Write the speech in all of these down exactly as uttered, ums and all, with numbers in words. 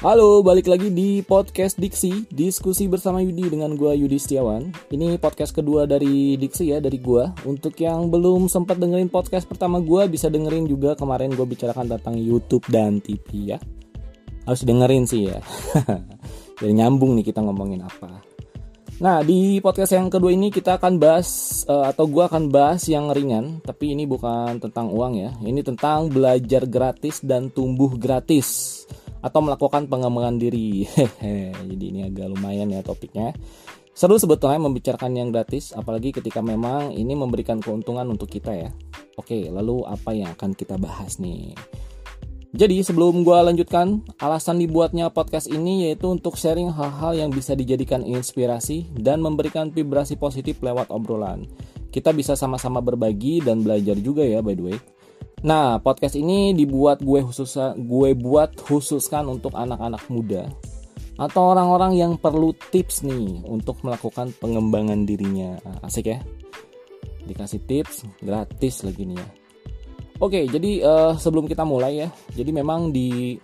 Halo, balik lagi di podcast Diksi, diskusi bersama Yudi dengan gua Yudi Setiawan. Ini podcast kedua dari Diksi ya, dari gua. Untuk yang belum sempat dengerin podcast pertama gua, bisa dengerin juga kemarin gua bicarakan tentang YouTube dan T V ya. Harus dengerin sih ya. Biar nyambung nih kita ngomongin apa. Nah, di podcast yang kedua ini kita akan bahas uh, atau gua akan bahas yang ringan, tapi ini bukan tentang uang ya. Ini tentang belajar gratis dan tumbuh gratis, atau melakukan pengembangan diri. Jadi ini agak lumayan ya topiknya. Seru sebetulnya membicarakan yang gratis, apalagi ketika memang ini memberikan keuntungan untuk kita ya. Oke, lalu apa yang akan kita bahas nih? Jadi sebelum gue lanjutkan, alasan dibuatnya podcast ini yaitu untuk sharing hal-hal yang bisa dijadikan inspirasi dan memberikan vibrasi positif lewat obrolan. Kita bisa sama-sama berbagi dan belajar juga ya, by the way. Nah, podcast ini dibuat gue khusus gue buat khususkan untuk anak-anak muda atau orang-orang yang perlu tips nih untuk melakukan pengembangan dirinya. Asik ya? Dikasih tips gratis lagi nih ya. Oke, jadi uh, sebelum kita mulai ya. Jadi memang di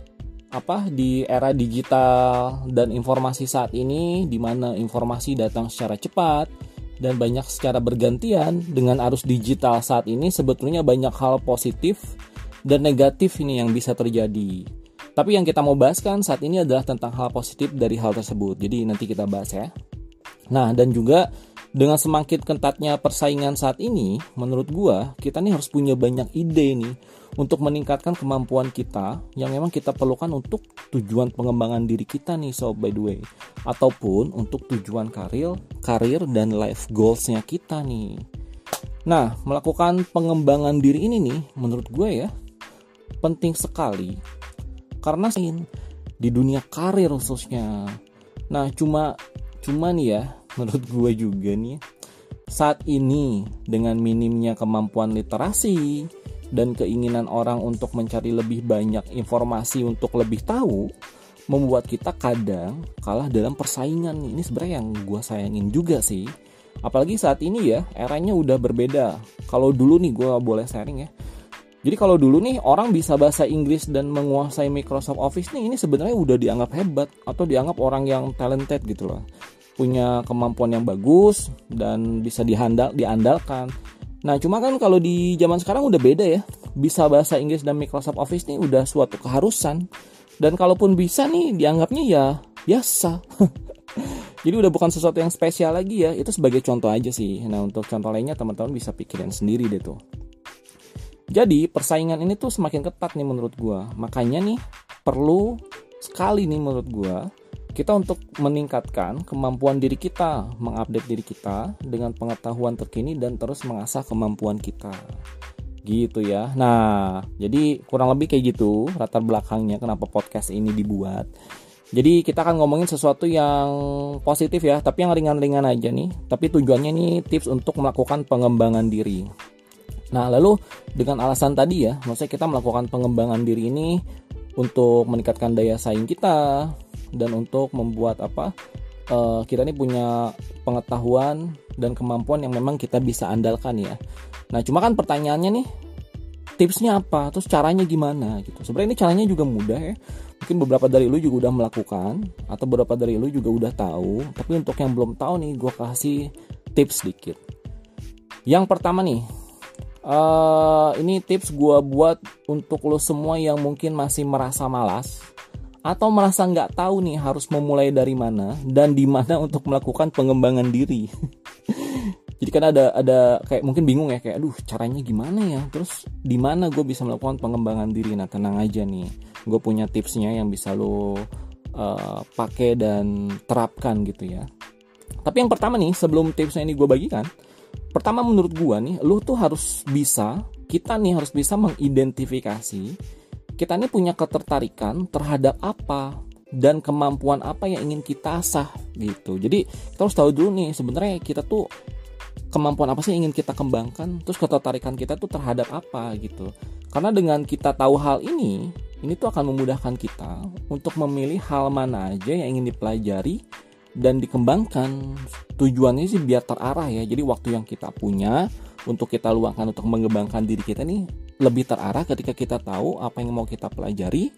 apa di era digital dan informasi saat ini, di mana informasi datang secara cepat dan banyak secara bergantian, dengan arus digital saat ini sebetulnya banyak hal positif dan negatif ini yang bisa terjadi. Tapi yang kita mau bahas kan saat ini adalah tentang hal positif dari hal tersebut. Jadi nanti kita bahas ya. Nah, dan juga dengan semakin ketatnya persaingan saat ini, menurut gua kita nih harus punya banyak ide nih untuk meningkatkan kemampuan kita yang memang kita perlukan untuk tujuan pengembangan diri kita nih sob, by the way, ataupun untuk tujuan karir, karir dan life goalsnya kita nih. Nah, melakukan pengembangan diri ini nih menurut gue ya penting sekali karena di dunia karir khususnya. Nah, cuma cuma nih ya menurut gue juga nih saat ini dengan minimnya kemampuan literasi dan keinginan orang untuk mencari lebih banyak informasi untuk lebih tahu, membuat kita kadang kalah dalam persaingan. Ini sebenarnya yang gue sayangin juga sih. Apalagi saat ini ya, eranya udah berbeda. Kalau dulu nih gue boleh sharing ya. Jadi kalau dulu nih orang bisa bahasa Inggris dan menguasai Microsoft Office nih, ini sebenarnya udah dianggap hebat atau dianggap orang yang talented gitu loh. Punya kemampuan yang bagus dan bisa dihandal, diandalkan. Nah, cuma kan kalau di zaman sekarang udah beda ya. Bisa bahasa Inggris dan Microsoft Office nih udah suatu keharusan. Dan kalaupun bisa nih dianggapnya ya biasa. Jadi udah bukan sesuatu yang spesial lagi ya. Itu sebagai contoh aja sih. Nah, untuk contoh lainnya teman-teman bisa pikirin sendiri deh tuh. Jadi persaingan ini tuh semakin ketat nih menurut gua. Makanya nih perlu sekali nih menurut gua kita untuk meningkatkan kemampuan diri kita, mengupdate diri kita dengan pengetahuan terkini dan terus mengasah kemampuan kita. Gitu ya. Nah, jadi kurang lebih kayak gitu latar belakangnya kenapa podcast ini dibuat. Jadi kita akan ngomongin sesuatu yang positif ya, tapi yang ringan-ringan aja nih. Tapi tujuannya nih tips untuk melakukan pengembangan diri. Nah, lalu dengan alasan tadi ya, maksudnya kita melakukan pengembangan diri ini untuk meningkatkan daya saing kita dan untuk membuat apa uh, kita ini punya pengetahuan dan kemampuan yang memang kita bisa andalkan ya. Nah, cuma kan pertanyaannya nih, tipsnya apa? Terus caranya gimana gitu. Sebenarnya ini caranya juga mudah ya. Mungkin beberapa dari lu juga udah melakukan atau beberapa dari lu juga udah tahu. Tapi untuk yang belum tahu nih, gue kasih tips sedikit. Yang pertama nih, uh, ini tips gue buat untuk lu semua yang mungkin masih merasa malas atau merasa nggak tahu nih harus memulai dari mana dan di mana untuk melakukan pengembangan diri. Jadi kan ada ada kayak mungkin bingung ya, kayak aduh caranya gimana ya, terus di mana gue bisa melakukan pengembangan diri. Nah, tenang aja nih, gue punya tipsnya yang bisa lo uh, pakai dan terapkan gitu ya. Tapi yang pertama nih, sebelum tipsnya ini gue bagikan, pertama menurut gue nih, lo tuh harus bisa, kita nih harus bisa mengidentifikasi kita ini punya ketertarikan terhadap apa dan kemampuan apa yang ingin kita asah gitu. Jadi kita harus tahu dulu nih sebenarnya kita tuh kemampuan apa sih yang ingin kita kembangkan, terus ketertarikan kita tuh terhadap apa gitu. Karena dengan kita tahu hal ini, ini tuh akan memudahkan kita untuk memilih hal mana aja yang ingin dipelajari dan dikembangkan. Tujuannya sih biar terarah ya. Jadi waktu yang kita punya untuk kita luangkan untuk mengembangkan diri kita nih lebih terarah ketika kita tahu apa yang mau kita pelajari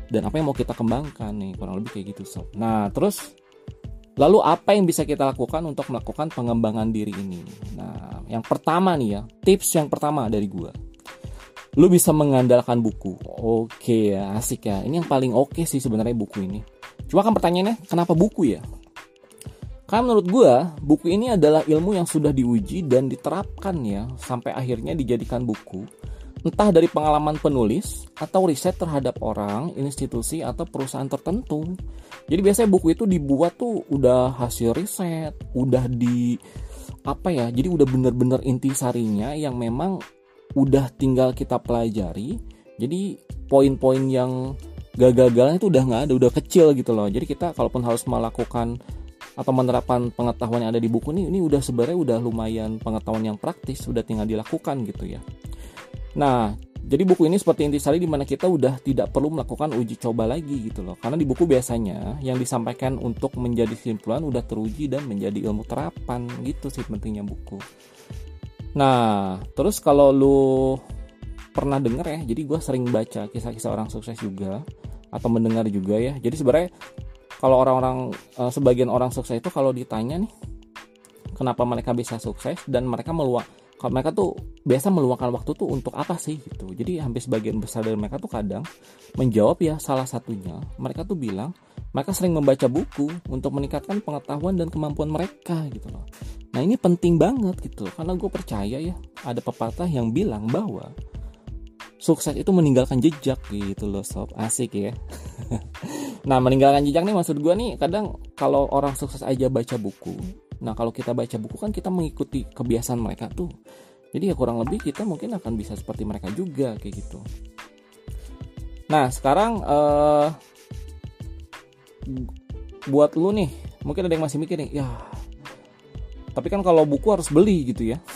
dan apa yang mau kita kembangkan nih, kurang lebih kayak gitu sob. Nah terus lalu apa yang bisa kita lakukan untuk melakukan pengembangan diri ini? Nah yang pertama nih ya, tips yang pertama dari gua, lu bisa mengandalkan buku. Oke ya, asik ya, ini yang paling oke sih sebenarnya buku ini. Cuma kan pertanyaannya, kenapa buku ya? Karena menurut gue, buku ini adalah ilmu yang sudah diuji dan diterapkan ya, sampai akhirnya dijadikan buku. Entah dari pengalaman penulis, atau riset terhadap orang, institusi, atau perusahaan tertentu. Jadi biasanya buku itu dibuat tuh udah hasil riset, udah di, apa ya, jadi udah bener-bener intisarinya yang memang udah tinggal kita pelajari. Jadi poin-poin yang gagal-gagalnya itu udah gak ada, udah kecil gitu loh. Jadi kita kalaupun harus melakukan atau menerapkan pengetahuan yang ada di buku ini, ini udah sebenarnya udah lumayan pengetahuan yang praktis, udah tinggal dilakukan gitu ya. Nah, jadi buku ini seperti intisari di mana kita udah tidak perlu melakukan uji coba lagi gitu loh. Karena di buku biasanya yang disampaikan untuk menjadi kesimpulan udah teruji dan menjadi ilmu terapan, gitu sih pentingnya buku. Nah, terus kalau lu pernah denger ya, jadi gue sering baca kisah-kisah orang sukses juga, atau mendengar juga ya. Jadi sebenarnya kalau orang-orang, sebagian orang sukses itu kalau ditanya nih, kenapa mereka bisa sukses dan mereka meluang, kalau mereka tuh biasa meluangkan waktu tuh untuk apa sih gitu. Jadi hampir sebagian besar dari mereka tuh kadang menjawab ya salah satunya, mereka tuh bilang mereka sering membaca buku untuk meningkatkan pengetahuan dan kemampuan mereka gitu loh. Nah ini penting banget gitu loh, karena gue percaya ya ada pepatah yang bilang bahwa sukses itu meninggalkan jejak gitu loh sob, asik ya. Nah meninggalkan jejak nih maksud gue nih, kadang kalau orang sukses aja baca buku, nah kalau kita baca buku kan kita mengikuti kebiasaan mereka tuh, jadi ya kurang lebih kita mungkin akan bisa seperti mereka juga kayak gitu. Nah sekarang uh, buat lu nih, mungkin ada yang masih mikir nih, ya tapi kan kalau buku harus beli gitu ya.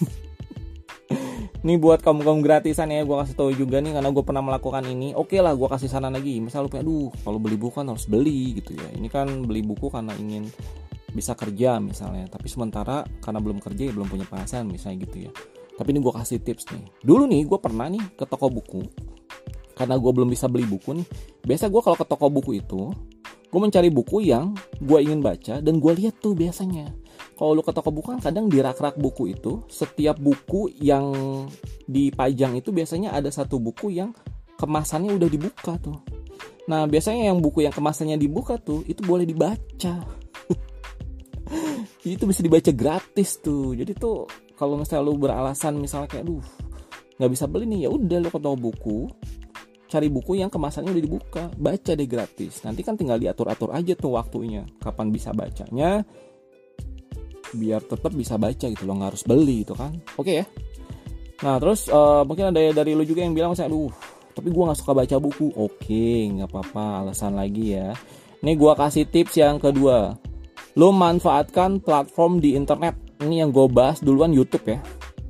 Nih buat kamu-kamu gratisan ya, gue kasih tahu juga nih karena gue pernah melakukan ini. Oke lah, gue kasih saran lagi. Misal lu kayak, aduh kalau beli buku kan harus beli gitu ya. Ini kan beli buku karena ingin bisa kerja misalnya, tapi sementara karena belum kerja ya belum punya penghasilan misalnya gitu ya. Tapi ini gue kasih tips nih. Dulu nih gue pernah nih ke toko buku, karena gue belum bisa beli buku nih. Biasa gue kalau ke toko buku itu, gue mencari buku yang gue ingin baca dan gue lihat tuh biasanya. Kalau lu ke toko buku kan kadang di rak-rak buku itu, setiap buku yang dipajang itu biasanya ada satu buku yang kemasannya udah dibuka tuh. Nah biasanya yang buku yang kemasannya dibuka tuh itu boleh dibaca. Jadi itu bisa dibaca gratis tuh. Jadi tuh kalau misalnya lu beralasan misalnya kayak aduh nggak bisa beli nih, ya udah lu ke toko buku, cari buku yang kemasannya udah dibuka, baca deh gratis. Nanti kan tinggal diatur-atur aja tuh waktunya, kapan bisa bacanya, biar tetap bisa baca gitu loh, nggak harus beli gitu kan. Oke ya. Nah terus uh, mungkin ada dari lu juga yang bilang misalnya, aduh tapi gue nggak suka baca buku. Oke, nggak apa-apa, alasan lagi ya. Ini gue kasih tips yang kedua, lu manfaatkan platform di internet. Ini yang gue bahas duluan, YouTube ya.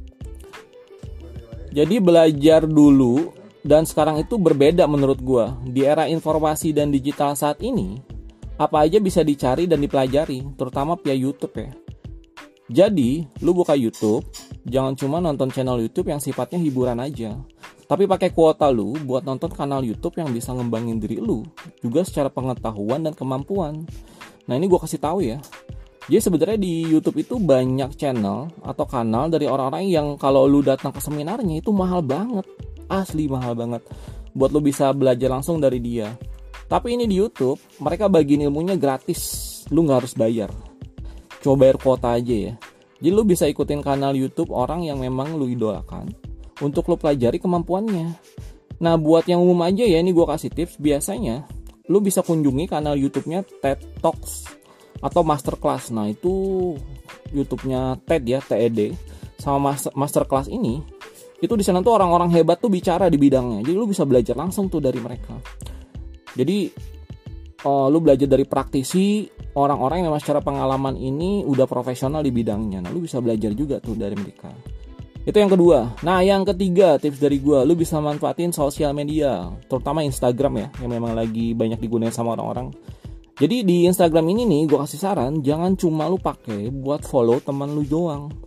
Jadi belajar dulu dan sekarang itu berbeda menurut gue. Di era informasi dan digital saat ini, apa aja bisa dicari dan dipelajari, terutama via YouTube ya. Jadi, lu buka YouTube, jangan cuma nonton channel YouTube yang sifatnya hiburan aja, tapi pakai kuota lu buat nonton kanal YouTube yang bisa ngembangin diri lu, juga secara pengetahuan dan kemampuan. Nah ini gue kasih tahu ya. Jadi sebenarnya di YouTube itu banyak channel atau kanal dari orang-orang yang kalau lu datang ke seminarnya itu mahal banget, asli mahal banget, buat lu bisa belajar langsung dari dia. Tapi ini di YouTube, mereka bagiin ilmunya gratis, lu nggak harus bayar. Coba bayar kuota aja ya. Jadi lu bisa ikutin kanal YouTube orang yang memang lu idolakan untuk lu pelajari kemampuannya. Nah buat yang umum aja ya, ini gue kasih tips. Biasanya lu bisa kunjungi kanal YouTube-nya TED Talks atau Masterclass. Nah itu YouTube-nya TED ya, T E D. Sama Masterclass ini, itu di sana tuh orang-orang hebat tuh bicara di bidangnya. Jadi lu bisa belajar langsung tuh dari mereka. Jadi uh, lu belajar dari praktisi, orang-orang yang memang secara pengalaman ini udah profesional di bidangnya. Nah, lu bisa belajar juga tuh dari mereka. Itu yang kedua. Nah, yang ketiga tips dari gue, lu bisa manfaatin sosial media, terutama Instagram ya, yang memang lagi banyak digunakan sama orang-orang. Jadi di Instagram ini nih, gue kasih saran, jangan cuma lu pakai buat follow teman lu doang.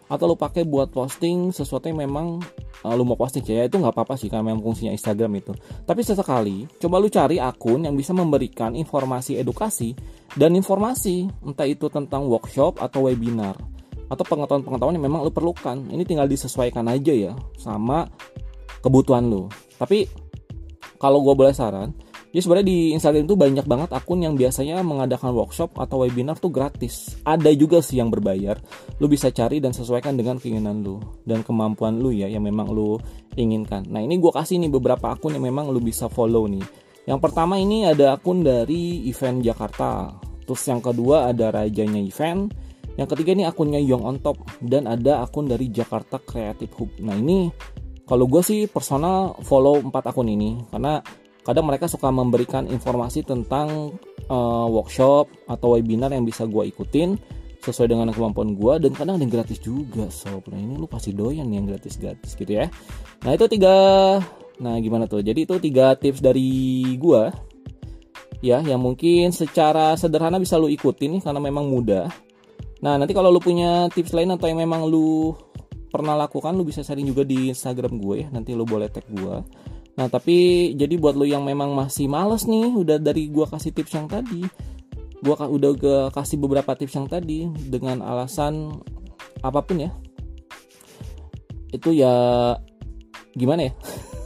atau lu pakai buat posting sesuatu yang memang uh, lu mau posting ya, itu nggak apa-apa sih karena memang fungsinya Instagram itu. Tapi sesekali coba lu cari akun yang bisa memberikan informasi edukasi dan informasi, entah itu tentang workshop atau webinar atau pengetahuan-pengetahuan yang memang lu perlukan. Ini tinggal disesuaikan aja ya sama kebutuhan lu. Tapi kalau gue boleh saran, jadi sebenarnya di Instagram itu banyak banget akun yang biasanya mengadakan workshop atau webinar tuh gratis. Ada juga sih yang berbayar. Lu bisa cari dan sesuaikan dengan keinginan lu dan kemampuan lu ya yang memang lu inginkan. Nah ini gue kasih nih beberapa akun yang memang lu bisa follow nih. Yang pertama ini ada akun dari Event Jakarta. Terus yang kedua ada Rajanya Event. Yang ketiga ini akunnya Young on Top. Dan ada akun dari Jakarta Creative Hub. Nah ini kalau gue sih personal follow empat akun ini karena kadang mereka suka memberikan informasi tentang uh, workshop atau webinar yang bisa gue ikutin sesuai dengan kemampuan gue, dan kadang ada yang gratis juga sob. Nah ini lu pasti doyan yang gratis-gratis gitu ya. Nah itu tiga, nah gimana tuh? Jadi itu tiga tips dari gue ya yang mungkin secara sederhana bisa lu ikutin nih karena memang mudah. Nah nanti kalau lu punya tips lain atau yang memang lu pernah lakukan, lu bisa sharing juga di Instagram gue ya. Nanti lu boleh tag gue. Nah tapi jadi buat lo yang memang masih males nih, udah dari gua kasih tips yang tadi, gua udah gua kasih beberapa tips yang tadi dengan alasan apapun ya, itu ya gimana ya.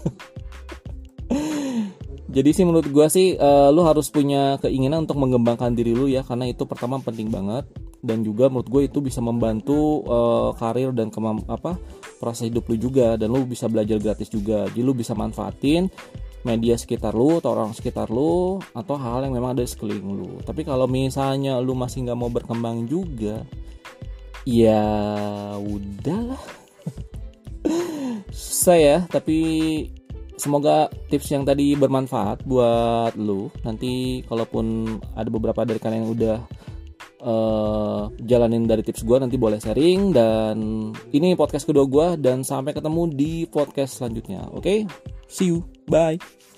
Jadi sih menurut gua sih uh, lo harus punya keinginan untuk mengembangkan diri lo ya, karena itu pertama penting banget. Dan juga menurut gue itu bisa membantu uh, karir dan kemam apa proses hidup lu juga, dan lu bisa belajar gratis juga. Jadi lu bisa manfaatin media sekitar lu atau orang sekitar lu atau hal yang memang ada di sekeliling lu. Tapi kalau misalnya lu masih nggak mau berkembang juga, ya udahlah. Susah ya, tapi semoga tips yang tadi bermanfaat buat lu. Nanti kalaupun ada beberapa dari kalian yang udah Uh, jalanin dari tips gue, nanti boleh sharing. Dan ini podcast kedua gue, dan sampai ketemu di podcast selanjutnya. Oke, okay? See you, bye.